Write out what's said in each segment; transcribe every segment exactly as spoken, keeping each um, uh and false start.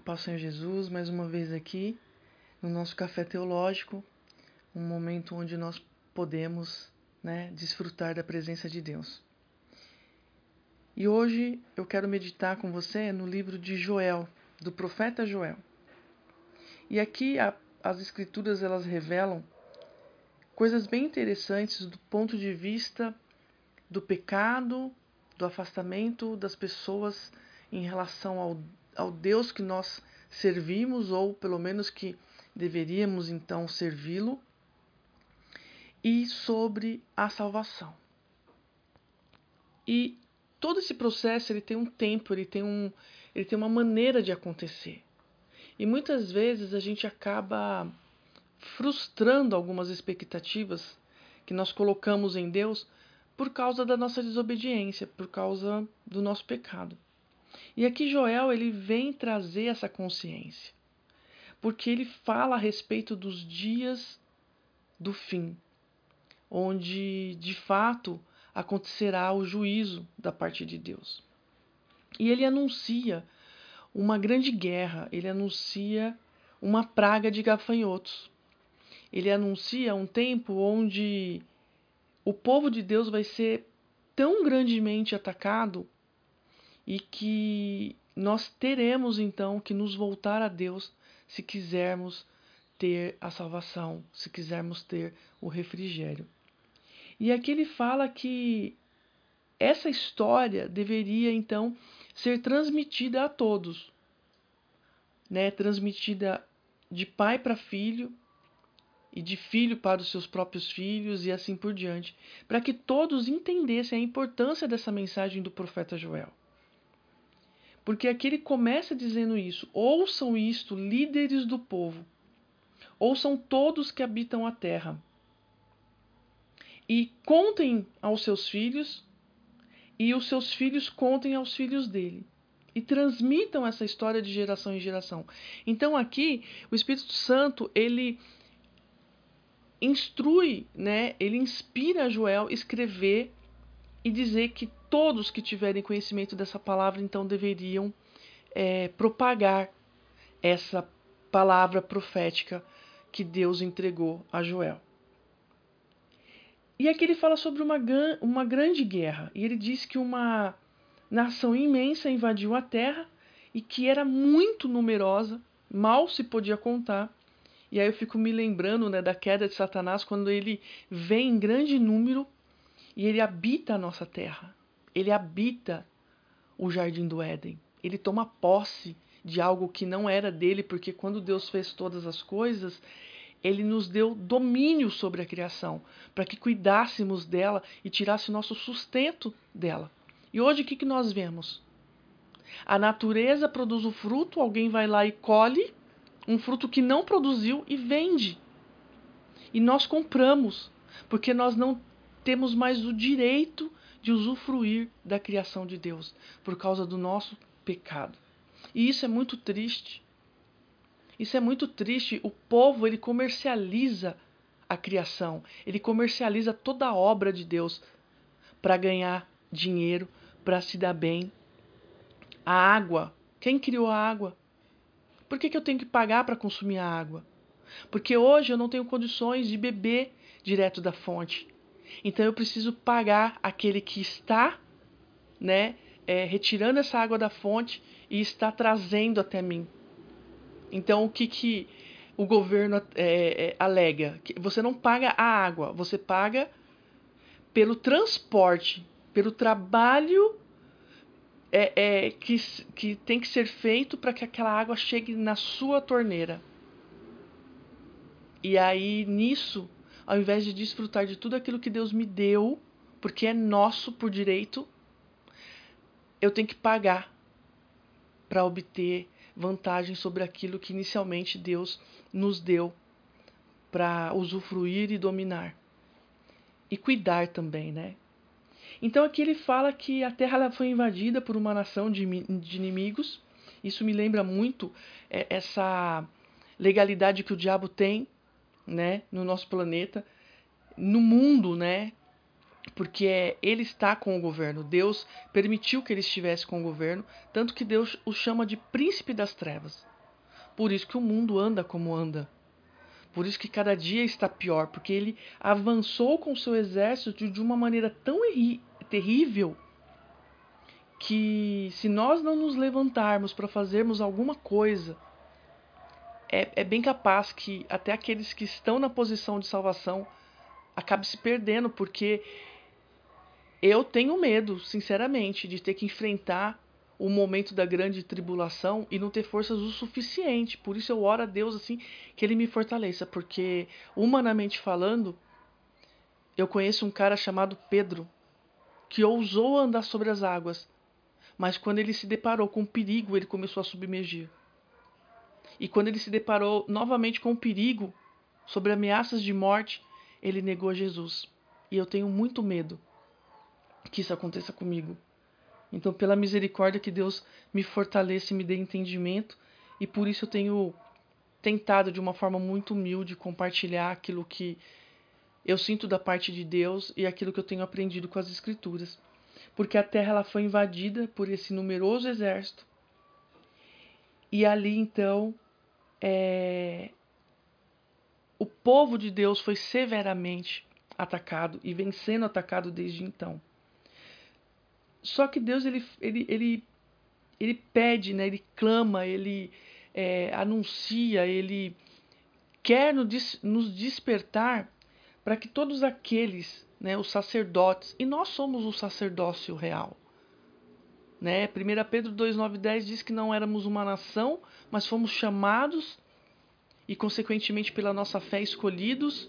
Paz do Senhor Jesus, mais uma vez aqui no nosso Café Teológico, um momento onde nós podemos, né, desfrutar da presença de Deus. E hoje eu quero meditar com você no livro de Joel, do profeta Joel. E aqui a, as escrituras elas revelam coisas bem interessantes do ponto de vista do pecado, do afastamento das pessoas em relação ao, ao Deus que nós servimos, ou pelo menos que deveríamos então servi-lo, e sobre a salvação. E todo esse processo ele tem um tempo, ele tem, um, ele tem uma maneira de acontecer. E muitas vezes a gente acaba frustrando algumas expectativas que nós colocamos em Deus por causa da nossa desobediência, por causa do nosso pecado. E aqui Joel ele vem trazer essa consciência, porque ele fala a respeito dos dias do fim, onde de fato acontecerá o juízo da parte de Deus. E ele anuncia uma grande guerra, ele anuncia uma praga de gafanhotos. Ele anuncia um tempo onde o povo de Deus vai ser tão grandemente atacado e que nós teremos então que nos voltar a Deus se quisermos ter a salvação, se quisermos ter o refrigério. E aqui ele fala que essa história deveria então ser transmitida a todos, né? Transmitida de pai para filho e de filho para os seus próprios filhos e assim por diante, para que todos entendessem a importância dessa mensagem do profeta Joel. Porque aqui ele começa dizendo isso: ouçam isto, líderes do povo, ouçam todos que habitam a terra, e contem aos seus filhos, e os seus filhos contem aos filhos dele, e transmitam essa história de geração em geração. Então aqui o Espírito Santo ele instrui, né? Ele inspira Joel a escrever e dizer que todos que tiverem conhecimento dessa palavra então deveriam é, propagar essa palavra profética que Deus entregou a Joel. E aqui ele fala sobre uma, uma grande guerra. E ele diz que uma nação imensa invadiu a terra e que era muito numerosa, mal se podia contar. E aí eu fico me lembrando, né, da queda de Satanás, quando ele vem em grande número e ele habita a nossa terra. Ele habita o jardim do Éden. Ele toma posse de algo que não era dele, porque quando Deus fez todas as coisas, ele nos deu domínio sobre a criação, para que cuidássemos dela e tirasse nosso sustento dela. E hoje o que, que nós vemos? A natureza produz o fruto, alguém vai lá e colhe um fruto que não produziu e vende. E nós compramos, porque nós não temos mais o direito de usufruir da criação de Deus, por causa do nosso pecado. E isso é muito triste. Isso é muito triste. O povo, ele comercializa a criação. Ele comercializa toda a obra de Deus para ganhar dinheiro, para se dar bem. A água. Quem criou a água? Por que que eu tenho que pagar para consumir a água? Porque hoje eu não tenho condições de beber direto da fonte. Então eu preciso pagar aquele que está, né, é, retirando essa água da fonte e está trazendo até mim. Então o que, que o governo é, é, alega? Que você não paga a água, você paga pelo transporte, pelo trabalho é, é, que, que tem que ser feito para que aquela água chegue na sua torneira. E aí nisso, ao invés de desfrutar de tudo aquilo que Deus me deu, porque é nosso por direito, eu tenho que pagar para obter vantagem sobre aquilo que inicialmente Deus nos deu para usufruir e dominar. E cuidar também, né? Então aqui ele fala que a terra ela foi invadida por uma nação de, de inimigos. Isso me lembra muito é, essa legalidade que o diabo tem, né, no nosso planeta, no mundo, né? Porque ele está com o governo. Deus permitiu que ele estivesse com o governo, tanto que Deus o chama de príncipe das trevas. Por isso que o mundo anda como anda. Por isso que cada dia está pior, porque ele avançou com seu exército de uma maneira tão terrível que, se nós não nos levantarmos para fazermos alguma coisa, é, é bem capaz que até aqueles que estão na posição de salvação acabem se perdendo, porque eu tenho medo, sinceramente, de ter que enfrentar o momento da grande tribulação e não ter forças o suficiente. Por isso eu oro a Deus assim que Ele me fortaleça, porque humanamente falando, eu conheço um cara chamado Pedro que ousou andar sobre as águas, mas quando ele se deparou com o perigo, ele começou a submergir. E quando ele se deparou novamente com o perigo, sobre ameaças de morte, ele negou Jesus. E eu tenho muito medo que isso aconteça comigo. Então, pela misericórdia, que Deus me fortaleça e me dê entendimento. E por isso eu tenho tentado, de uma forma muito humilde, compartilhar aquilo que eu sinto da parte de Deus e aquilo que eu tenho aprendido com as Escrituras. Porque a terra ela foi invadida por esse numeroso exército. E ali, então, é... o povo de Deus foi severamente atacado e vem sendo atacado desde então. Só que Deus, ele, ele, ele, ele pede, né? Ele clama, ele é, anuncia, ele quer nos despertar para que todos aqueles, né, os sacerdotes, e nós somos o sacerdócio real. Né? primeira Pedro dois, nove e dez diz que não éramos uma nação, mas fomos chamados e, consequentemente, pela nossa fé, escolhidos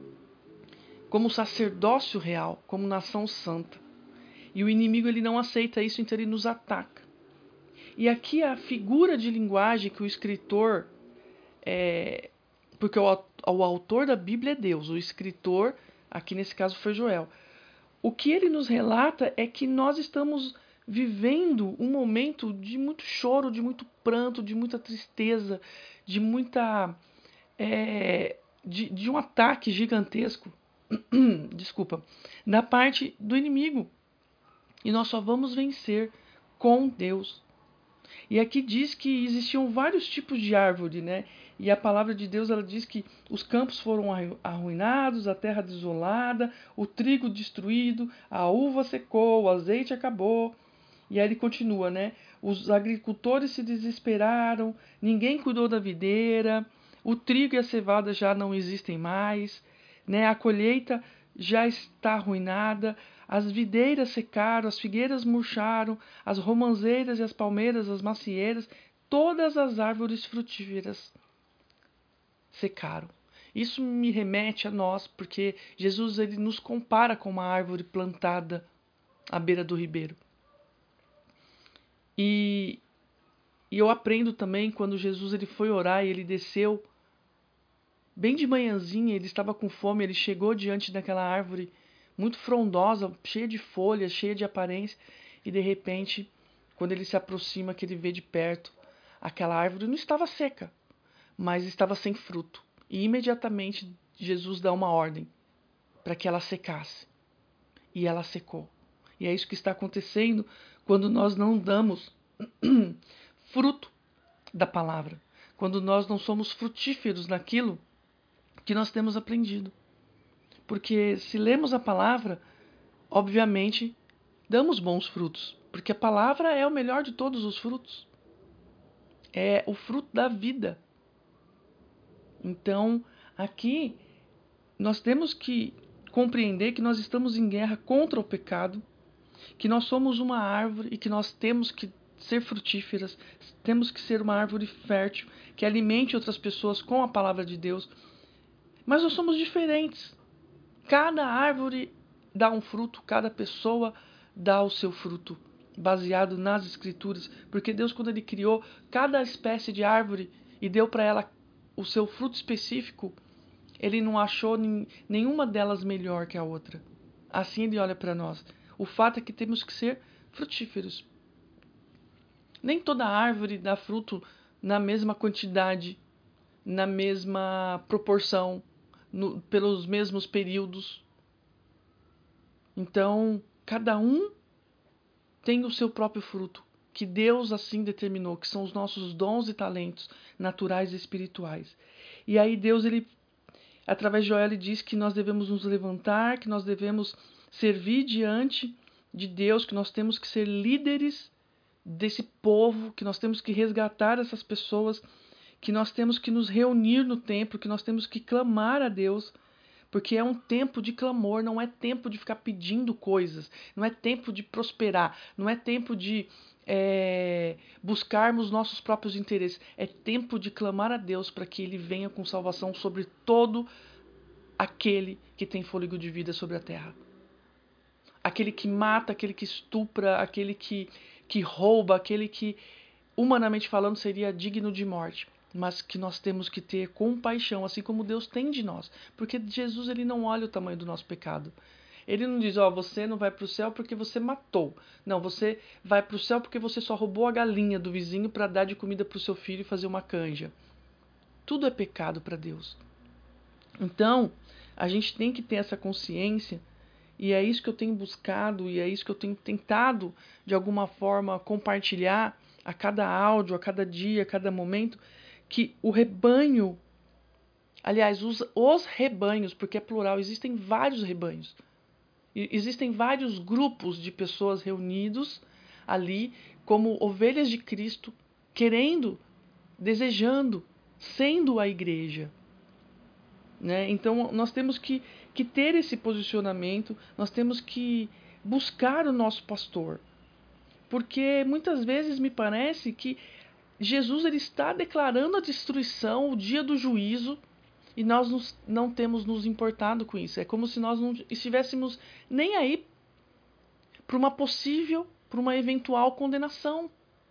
como sacerdócio real, como nação santa. E o inimigo ele não aceita isso, então ele nos ataca. E aqui a figura de linguagem que o escritor, é, porque o, o autor da Bíblia é Deus, o escritor, aqui nesse caso foi Joel. O que ele nos relata é que nós estamos vivendo um momento de muito choro, de muito pranto, de muita tristeza, de muita... É, de, de um ataque gigantesco, desculpa, da parte do inimigo. E nós só vamos vencer com Deus. E aqui diz que existiam vários tipos de árvore, né? E a palavra de Deus ela diz que os campos foram arruinados, a terra desolada, o trigo destruído, a uva secou, o azeite acabou. E aí ele continua, né? Os agricultores se desesperaram, ninguém cuidou da videira, o trigo e a cevada já não existem mais, né? A colheita já está arruinada, as videiras secaram, as figueiras murcharam, as romãzeiras e as palmeiras, as macieiras, todas as árvores frutíferas secaram. Isso me remete a nós, porque Jesus ele nos compara com uma árvore plantada à beira do ribeiro. E, e eu aprendo também quando Jesus ele foi orar e ele desceu, bem de manhãzinha, ele estava com fome, ele chegou diante daquela árvore muito frondosa, cheia de folhas, cheia de aparência, e de repente, quando ele se aproxima, que ele vê de perto, aquela árvore não estava seca, mas estava sem fruto. E imediatamente Jesus dá uma ordem para que ela secasse. E ela secou. E é isso que está acontecendo quando nós não damos fruto da palavra. Quando nós não somos frutíferos naquilo que nós temos aprendido. Porque se lemos a palavra, obviamente, damos bons frutos. Porque a palavra é o melhor de todos os frutos. É o fruto da vida. Então, aqui, nós temos que compreender que nós estamos em guerra contra o pecado, que nós somos uma árvore e que nós temos que ser frutíferas, temos que ser uma árvore fértil, que alimente outras pessoas com a palavra de Deus. Mas nós somos diferentes. Cada árvore dá um fruto, cada pessoa dá o seu fruto, baseado nas Escrituras. Porque Deus, quando Ele criou cada espécie de árvore e deu para ela o seu fruto específico, Ele não achou nenhuma delas melhor que a outra. Assim Ele olha para nós. O fato é que temos que ser frutíferos. Nem toda árvore dá fruto na mesma quantidade, na mesma proporção, no, pelos mesmos períodos. Então, cada um tem o seu próprio fruto que Deus assim determinou, que são os nossos dons e talentos naturais e espirituais. E aí Deus, ele, através de Joel, ele diz que nós devemos nos levantar, que nós devemos servir diante de Deus, que nós temos que ser líderes desse povo, que nós temos que resgatar essas pessoas, que nós temos que nos reunir no templo, que nós temos que clamar a Deus, porque é um tempo de clamor, não é tempo de ficar pedindo coisas, não é tempo de prosperar, não é tempo de é, buscarmos nossos próprios interesses, é tempo de clamar a Deus para que Ele venha com salvação sobre todo aquele que tem fôlego de vida sobre a terra. Aquele que mata, aquele que estupra, aquele que, que rouba, aquele que, humanamente falando, seria digno de morte. Mas que nós temos que ter compaixão, assim como Deus tem de nós. Porque Jesus, ele não olha o tamanho do nosso pecado. Ele não diz, ó, oh, você não vai para o céu porque você matou. Não, você vai para o céu porque você só roubou a galinha do vizinho para dar de comida para o seu filho e fazer uma canja. Tudo é pecado para Deus. Então, a gente tem que ter essa consciência. E é isso que eu tenho buscado, e é isso que eu tenho tentado, de alguma forma, compartilhar a cada áudio, a cada dia, a cada momento, que o rebanho, aliás, os, os rebanhos, porque é plural, existem vários rebanhos. E existem vários grupos de pessoas reunidos ali, como ovelhas de Cristo, querendo, desejando, sendo a igreja. Né? Então, nós temos que, que ter esse posicionamento, nós temos que buscar o nosso pastor. Porque muitas vezes me parece que Jesus, ele está declarando a destruição, o dia do juízo, e nós nos, não temos nos importado com isso. É como se nós não estivéssemos nem aí para uma possível, para uma eventual condenação.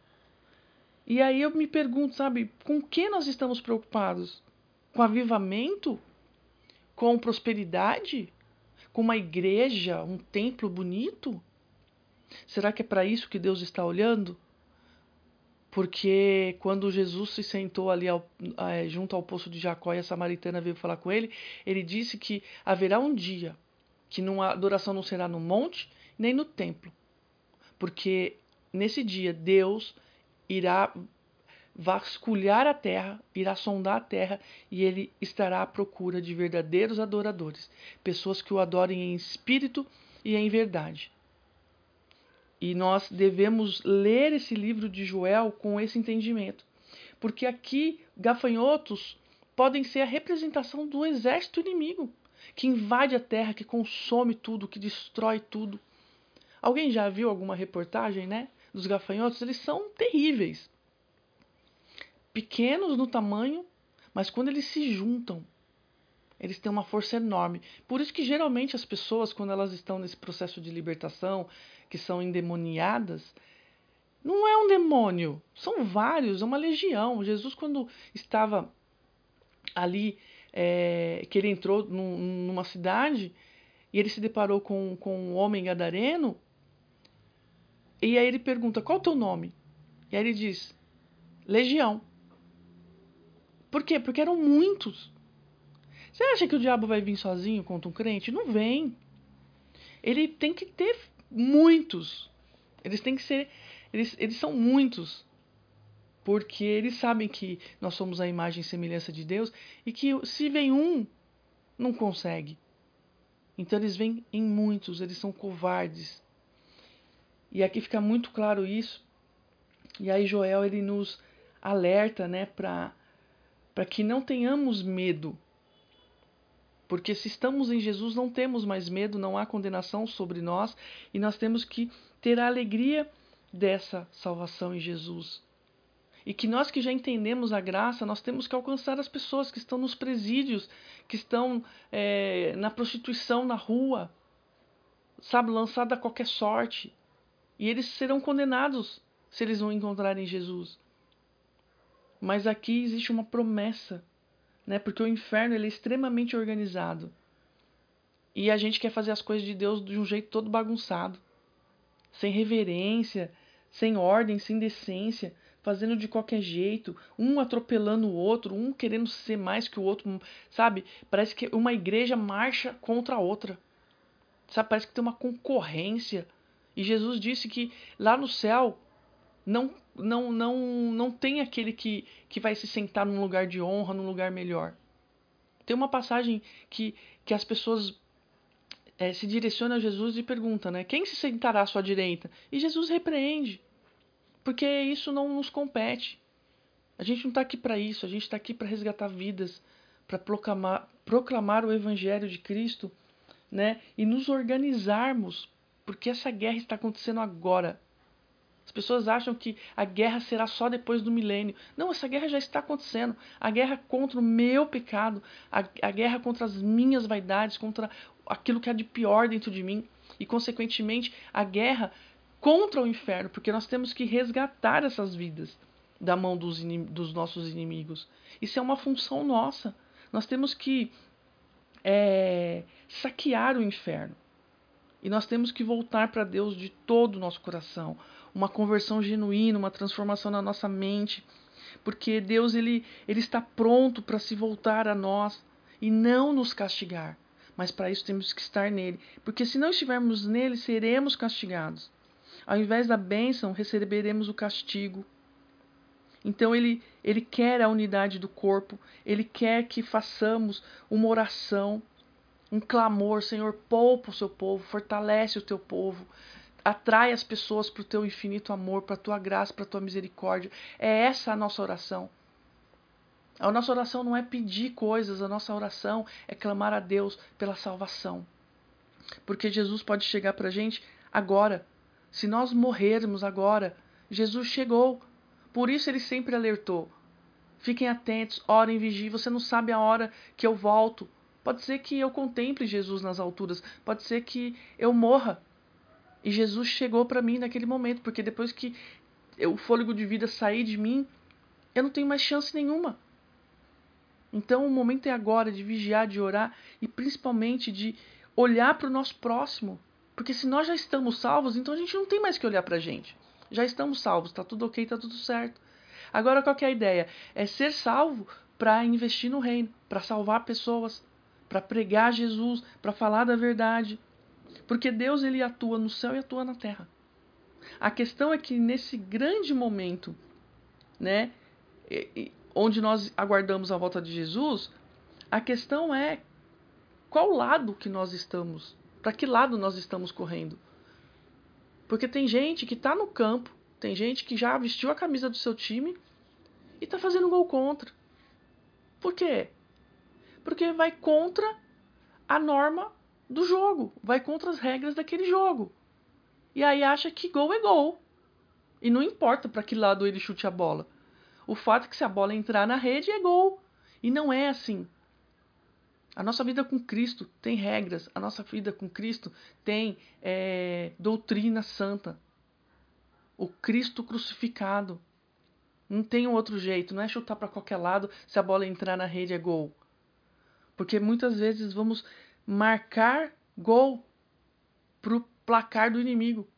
E aí eu me pergunto, sabe, com que nós estamos preocupados? Com avivamento? Com prosperidade? Com uma igreja, um templo bonito? Será que é para isso que Deus está olhando? Porque quando Jesus se sentou ali ao, é, junto ao poço de Jacó e a samaritana veio falar com ele, ele disse que haverá um dia que a adoração não será no monte nem no templo. Porque nesse dia Deus irá vasculhar a terra, irá sondar a terra e ele estará à procura de verdadeiros adoradores, pessoas que o adorem em espírito e em verdade. E nós devemos ler esse livro de Joel com esse entendimento, porque aqui gafanhotos podem ser a representação do exército inimigo, que invade a terra, que consome tudo, que destrói tudo. Alguém já viu alguma reportagem, né, dos gafanhotos? Eles são terríveis. Pequenos no tamanho, mas quando eles se juntam, eles têm uma força enorme. Por isso que geralmente as pessoas, quando elas estão nesse processo de libertação, que são endemoniadas, não é um demônio, são vários, é uma legião. Jesus, quando estava ali, é, que ele entrou num, numa cidade, e ele se deparou com, com um homem gadareno, e aí ele pergunta, qual é o teu nome? E aí ele diz, Legião. Por quê? Porque eram muitos. Você acha que o diabo vai vir sozinho contra um crente? Não vem. Ele tem que ter muitos. Eles têm que ser. Eles, eles são muitos. Porque eles sabem que nós somos a imagem e semelhança de Deus. E que se vem um, não consegue. Então eles vêm em muitos. Eles são covardes. E aqui fica muito claro isso. E aí Joel, ele nos alerta, né, para para que não tenhamos medo. Porque se estamos em Jesus, não temos mais medo, não há condenação sobre nós, e nós temos que ter a alegria dessa salvação em Jesus. E que nós que já entendemos a graça, nós temos que alcançar as pessoas que estão nos presídios, que estão é, na prostituição na rua, sabe, lançada a qualquer sorte. E eles serão condenados se eles não encontrarem Jesus. Mas aqui existe uma promessa, né? Porque o inferno, ele é extremamente organizado. E a gente quer fazer as coisas de Deus de um jeito todo bagunçado. Sem reverência, sem ordem, sem decência, fazendo de qualquer jeito, um atropelando o outro, um querendo ser mais que o outro, sabe? Parece que uma igreja marcha contra a outra. Sabe? Parece que tem uma concorrência. E Jesus disse que lá no céu Não, não, não, não tem aquele que, que vai se sentar num lugar de honra, num lugar melhor. Tem uma passagem que, que as pessoas é, se direcionam a Jesus e perguntam, né? Quem se sentará à sua direita? E Jesus repreende, porque isso não nos compete. A gente não está aqui para isso, a gente está aqui para resgatar vidas, para proclamar, proclamar o Evangelho de Cristo, né? E nos organizarmos, porque essa guerra está acontecendo agora. As pessoas acham que a guerra será só depois do milênio. Não, essa guerra já está acontecendo. A guerra contra o meu pecado, a, a guerra contra as minhas vaidades, contra aquilo que há de pior dentro de mim. E, consequentemente, a guerra contra o inferno, porque nós temos que resgatar essas vidas da mão dos, dos nossos inimigos. Isso é uma função nossa. Nós temos que é, saquear o inferno. E nós temos que voltar para Deus de todo o nosso coração. Uma conversão genuína, uma transformação na nossa mente. Porque Deus ele, ele está pronto para se voltar a nós e não nos castigar. Mas para isso temos que estar nele. Porque se não estivermos nele, seremos castigados. Ao invés da bênção, receberemos o castigo. Então ele, ele quer a unidade do corpo. Ele quer que façamos uma oração, um clamor. Senhor, poupa o seu povo, fortalece o teu povo. Atrai as pessoas para o teu infinito amor, para a tua graça, para a tua misericórdia. É essa a nossa oração. A nossa oração não é pedir coisas, a nossa oração é clamar a Deus pela salvação. Porque Jesus pode chegar para a gente agora. Se nós morrermos agora, Jesus chegou. Por isso ele sempre alertou. Fiquem atentos, orem, vigiem. Você não sabe a hora que eu volto. Pode ser que eu contemple Jesus nas alturas. Pode ser que eu morra. E Jesus chegou para mim naquele momento, porque depois que o fôlego de vida sair de mim, eu não tenho mais chance nenhuma. Então o momento é agora de vigiar, de orar e principalmente de olhar para o nosso próximo. Porque se nós já estamos salvos, então a gente não tem mais que olhar para a gente. Já estamos salvos, está tudo ok, está tudo certo. Agora qual que é a ideia? É ser salvo para investir no reino, para salvar pessoas, para pregar Jesus, para falar da verdade. Porque Deus ele atua no céu e atua na terra. A questão é que nesse grande momento, né, onde nós aguardamos a volta de Jesus, a questão é qual lado que nós estamos, para que lado nós estamos correndo. Porque tem gente que está no campo, tem gente que já vestiu a camisa do seu time e está fazendo gol contra. Por quê? Porque vai contra a norma do jogo, vai contra as regras daquele jogo. E aí acha que gol é gol. E não importa para que lado ele chute a bola. O fato é que se a bola entrar na rede é gol. E não é assim. A nossa vida com Cristo tem regras. A nossa vida com Cristo tem é, doutrina santa. O Cristo crucificado. Não tem um outro jeito. Não é chutar para qualquer lado. Se a bola entrar na rede é gol. Porque muitas vezes vamos marcar gol pro placar do inimigo.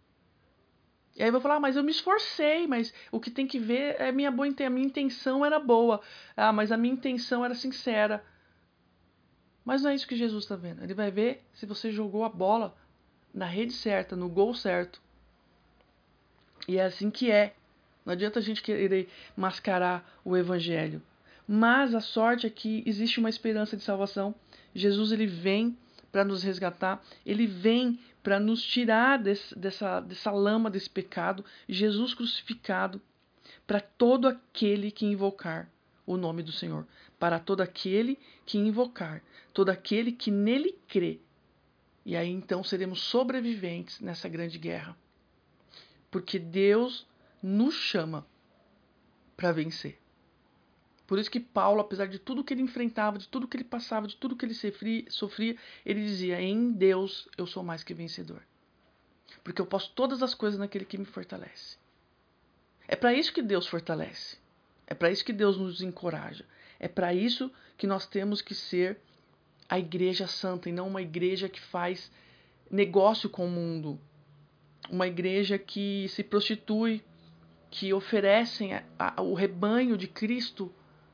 E aí eu vou falar, ah, mas eu me esforcei, mas o que tem que ver é a minha boa a minha intenção era boa. Ah, mas a minha intenção era sincera. Mas não é isso que Jesus está vendo. Ele vai ver se você jogou a bola na rede certa, no gol certo. E é assim que é. Não adianta a gente querer mascarar o evangelho. Mas a sorte é que existe uma esperança de salvação. Jesus ele vem para nos resgatar. Ele vem para nos tirar desse, dessa, dessa lama, desse pecado. Jesus crucificado para todo aquele que invocar o nome do Senhor. Para todo aquele que invocar. Todo aquele que nele crê. E aí então seremos sobreviventes nessa grande guerra. Porque Deus nos chama para vencer. Por isso que Paulo, apesar de tudo que ele enfrentava, de tudo que ele passava, de tudo que ele sofria, ele dizia, em Deus eu sou mais que vencedor. Porque eu posso todas as coisas naquele que me fortalece. É para isso que Deus fortalece. É para isso que Deus nos encoraja. É para isso que nós temos que ser a igreja santa e não uma igreja que faz negócio com o mundo. Uma igreja que se prostitui, que oferecem a, a, o rebanho de Cristo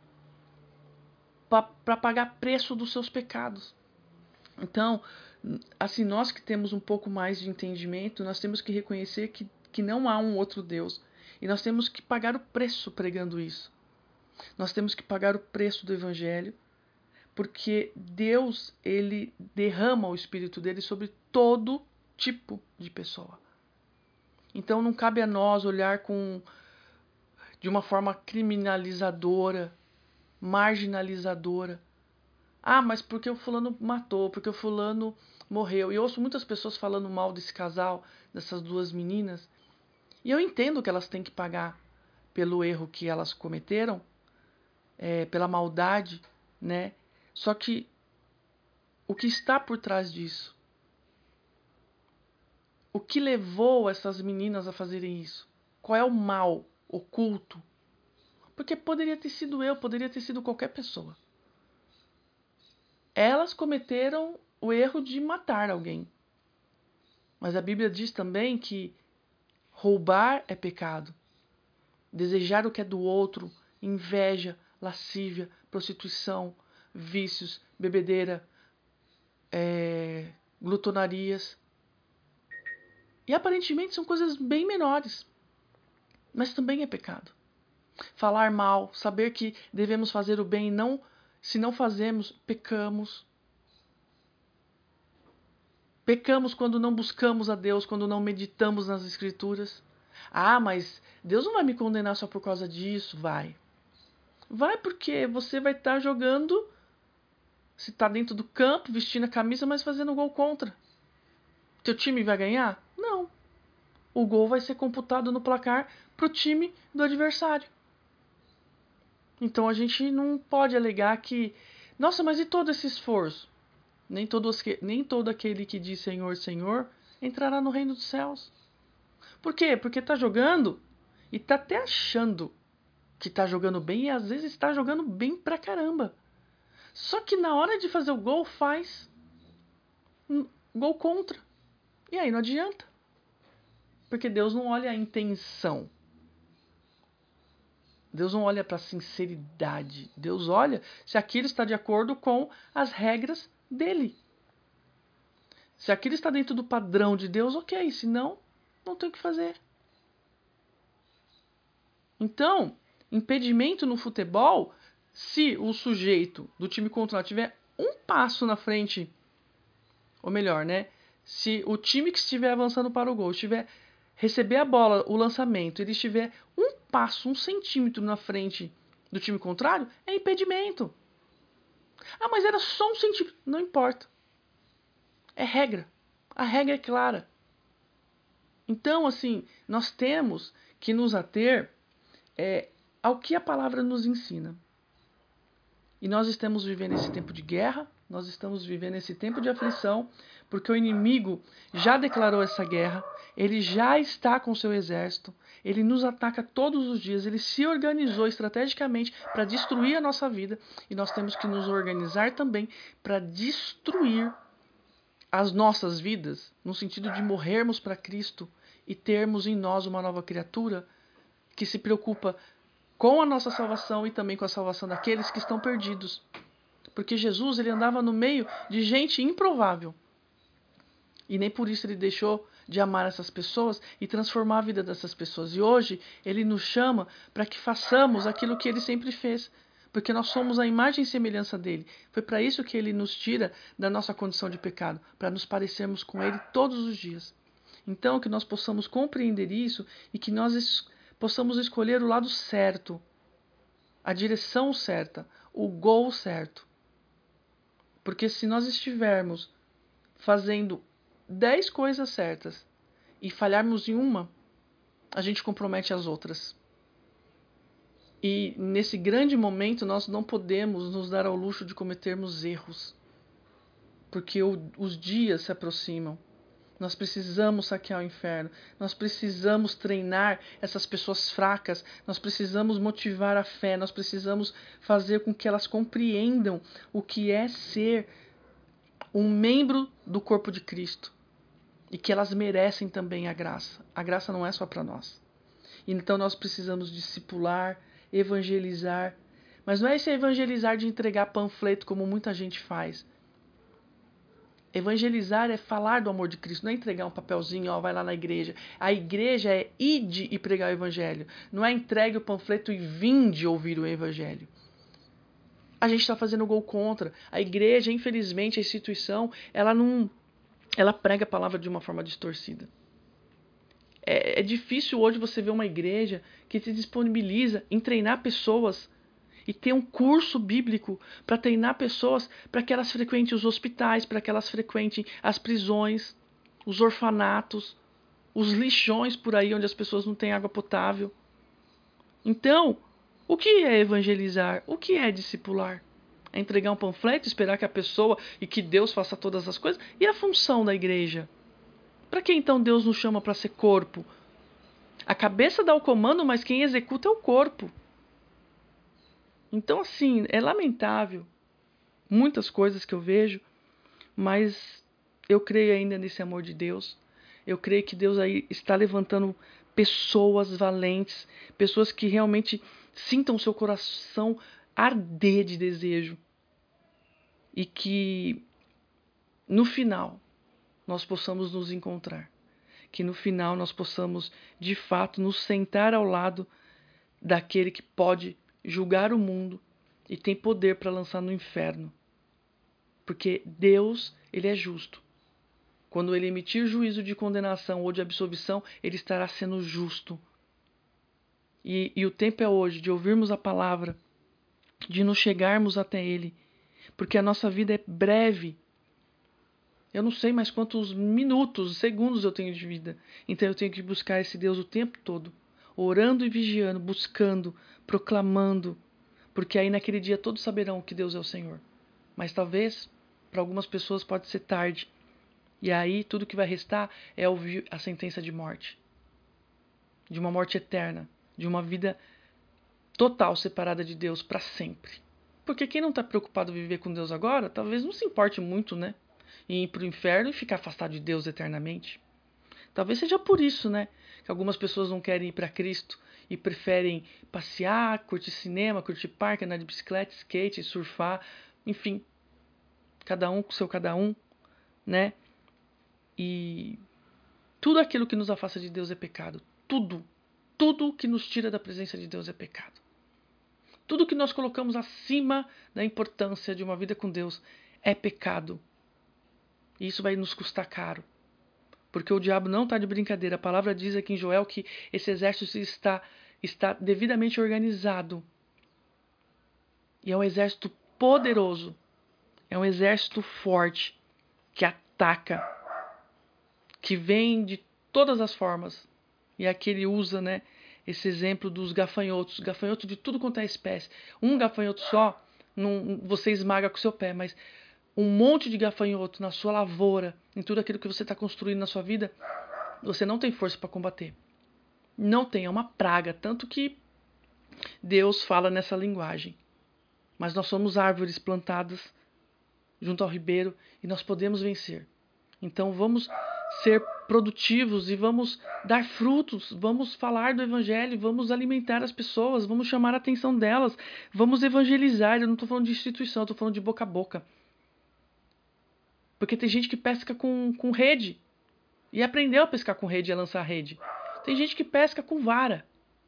para pagar preço dos seus pecados. Então, assim, nós que temos um pouco mais de entendimento, nós temos que reconhecer que, que não há um outro Deus. E nós temos que pagar o preço pregando isso. Nós temos que pagar o preço do Evangelho, porque Deus, ele derrama o Espírito dele sobre todo tipo de pessoa. Então não cabe a nós olhar com, de uma forma criminalizadora, marginalizadora. Ah, mas porque o fulano matou, porque o fulano morreu. E eu ouço muitas pessoas falando mal desse casal, dessas duas meninas. E eu entendo que elas têm que pagar pelo erro que elas cometeram, é, pela maldade, né? Só que o que está por trás disso? O que levou essas meninas a fazerem isso? Qual é o mal oculto? Porque poderia ter sido eu, poderia ter sido qualquer pessoa. Elas cometeram o erro de matar alguém. Mas a Bíblia diz também que roubar é pecado. Desejar o que é do outro, inveja, lascívia, prostituição, vícios, bebedeira, é, glutonarias. E aparentemente são coisas bem menores, mas também é pecado. Falar mal, saber que devemos fazer o bem e não, se não fazemos, pecamos. Pecamos quando não buscamos a Deus, quando não meditamos nas Escrituras. Ah, mas Deus não vai me condenar só por causa disso? Vai. Vai porque você vai estar jogando, se está dentro do campo, vestindo a camisa, mas fazendo gol contra. Teu time vai ganhar? Não. O gol vai ser computado no placar para o time do adversário. Então a gente não pode alegar que, nossa, mas e todo esse esforço? Nem todo, nem todo aquele que diz Senhor, Senhor entrará no reino dos céus. Por quê? Porque está jogando e está até achando que está jogando bem e às vezes está jogando bem pra caramba. Só que na hora de fazer o gol faz um gol contra. E aí não adianta. Porque Deus não olha a intenção. Deus não olha para a sinceridade. Deus olha se aquilo está de acordo com as regras dele. Se aquilo está dentro do padrão de Deus, ok. Se não, não tem o que fazer. Então, impedimento no futebol, se o sujeito do time contrário tiver um passo na frente, ou melhor, né? Se o time que estiver avançando para o gol estiver receber a bola, o lançamento, ele estiver um passo, um centímetro na frente do time contrário, é impedimento. Ah, mas era só um centímetro. Não importa. É regra. A regra é clara. Então, assim, nós temos que nos ater é, ao que a palavra nos ensina. E nós estamos vivendo esse tempo de guerra, nós estamos vivendo esse tempo de aflição, porque o inimigo já declarou essa guerra, ele já está com seu exército, ele nos ataca todos os dias, ele se organizou estrategicamente para destruir a nossa vida, e nós temos que nos organizar também para destruir as nossas vidas, no sentido de morrermos para Cristo e termos em nós uma nova criatura que se preocupa com a nossa salvação e também com a salvação daqueles que estão perdidos. Porque Jesus, ele andava no meio de gente improvável. E nem por isso ele deixou de amar essas pessoas e transformar a vida dessas pessoas. E hoje ele nos chama para que façamos aquilo que ele sempre fez. Porque nós somos a imagem e semelhança dele. Foi para isso que ele nos tira da nossa condição de pecado, para nos parecermos com ele todos os dias. Então, que nós possamos compreender isso e que nós es- possamos escolher o lado certo, a direção certa, o gol certo. Porque se nós estivermos fazendo dez coisas certas e falharmos em uma, a gente compromete as outras. E nesse grande momento nós não podemos nos dar ao luxo de cometermos erros, porque o, os dias se aproximam. Nós precisamos saquear o inferno, nós precisamos treinar essas pessoas fracas, nós precisamos motivar a fé, nós precisamos fazer com que elas compreendam o que é ser um membro do corpo de Cristo e que elas merecem também a graça. A graça não é só para nós. Então nós precisamos discipular, evangelizar, mas não é esse evangelizar de entregar panfleto como muita gente faz. Evangelizar é falar do amor de Cristo, não é entregar um papelzinho, ó, vai lá na igreja. A igreja é ide e pregar o evangelho. Não é entregue o panfleto e vinde ouvir o evangelho. A gente está fazendo gol contra. A igreja, infelizmente, a instituição, ela não, ela prega a palavra de uma forma distorcida. É, é difícil hoje você ver uma igreja que se disponibiliza em treinar pessoas e ter um curso bíblico para treinar pessoas para que elas frequentem os hospitais, para que elas frequentem as prisões, os orfanatos, os lixões por aí onde as pessoas não têm água potável. Então, o que é evangelizar? O que é discipular? É entregar um panfleto, esperar que a pessoa e que Deus faça todas as coisas? E a função da igreja? Para que então Deus nos chama para ser corpo? A cabeça dá o comando, mas quem executa é o corpo. Então, assim, é lamentável muitas coisas que eu vejo, mas eu creio ainda nesse amor de Deus. Eu creio que Deus aí está levantando pessoas valentes, pessoas que realmente sintam seu coração arder de desejo. E que no final nós possamos nos encontrar. Que no final nós possamos, de fato, nos sentar ao lado daquele que pode julgar o mundo e tem poder para lançar no inferno. Porque Deus, ele é justo. Quando ele emitir juízo de condenação ou de absolvição, ele estará sendo justo. E, e o tempo é hoje de ouvirmos a palavra, de nos chegarmos até ele. Porque a nossa vida é breve. Eu não sei mais quantos minutos, segundos eu tenho de vida. Então eu tenho que buscar esse Deus o tempo todo. Orando e vigiando, buscando, proclamando. Porque aí naquele dia todos saberão que Deus é o Senhor. Mas talvez, para algumas pessoas pode ser tarde. E aí tudo que vai restar é ouvir a sentença de morte. De uma morte eterna. De uma vida total separada de Deus para sempre. Porque quem não está preocupado em viver com Deus agora, talvez não se importe muito, né? Em ir para o inferno e ficar afastado de Deus eternamente. Talvez seja por isso, né? Que algumas pessoas não querem ir para Cristo e preferem passear, curtir cinema, curtir parque, andar de bicicleta, skate, surfar, enfim. Cada um com seu cada um, né? E tudo aquilo que nos afasta de Deus é pecado. Tudo. Tudo que nos tira da presença de Deus é pecado. Tudo que nós colocamos acima da importância de uma vida com Deus é pecado. E isso vai nos custar caro. Porque o diabo não está de brincadeira. A palavra diz aqui em Joel que esse exército está, está devidamente organizado. E é um exército poderoso. É um exército forte que ataca. Que vem de todas as formas. E aqui ele usa, né, esse exemplo dos gafanhotos. Gafanhoto de tudo quanto é espécie. Um gafanhoto só, não, você esmaga com o seu pé, mas um monte de gafanhoto na sua lavoura, em tudo aquilo que você está construindo na sua vida, você não tem força para combater. Não tem, é uma praga. Tanto que Deus fala nessa linguagem. Mas nós somos árvores plantadas junto ao ribeiro e nós podemos vencer. Então vamos ser produtivos e vamos dar frutos, vamos falar do evangelho, vamos alimentar as pessoas, vamos chamar a atenção delas, vamos evangelizar. Eu não estou falando de instituição, eu estou falando de boca a boca. Porque tem gente que pesca com, com rede e aprendeu a pescar com rede e a lançar rede. Tem gente que pesca com vara.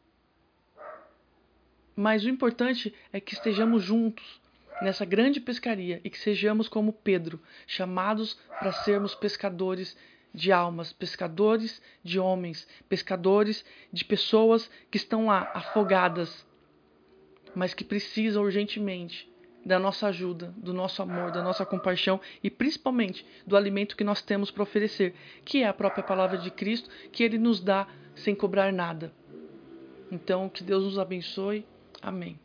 Mas o importante é que estejamos juntos nessa grande pescaria e que sejamos como Pedro, chamados para sermos pescadores de almas, pescadores de homens, pescadores de pessoas que estão lá afogadas, mas que precisam urgentemente da nossa ajuda, do nosso amor, da nossa compaixão e principalmente do alimento que nós temos para oferecer, que é a própria palavra de Cristo, que Ele nos dá sem cobrar nada. Então, que Deus nos abençoe. Amém.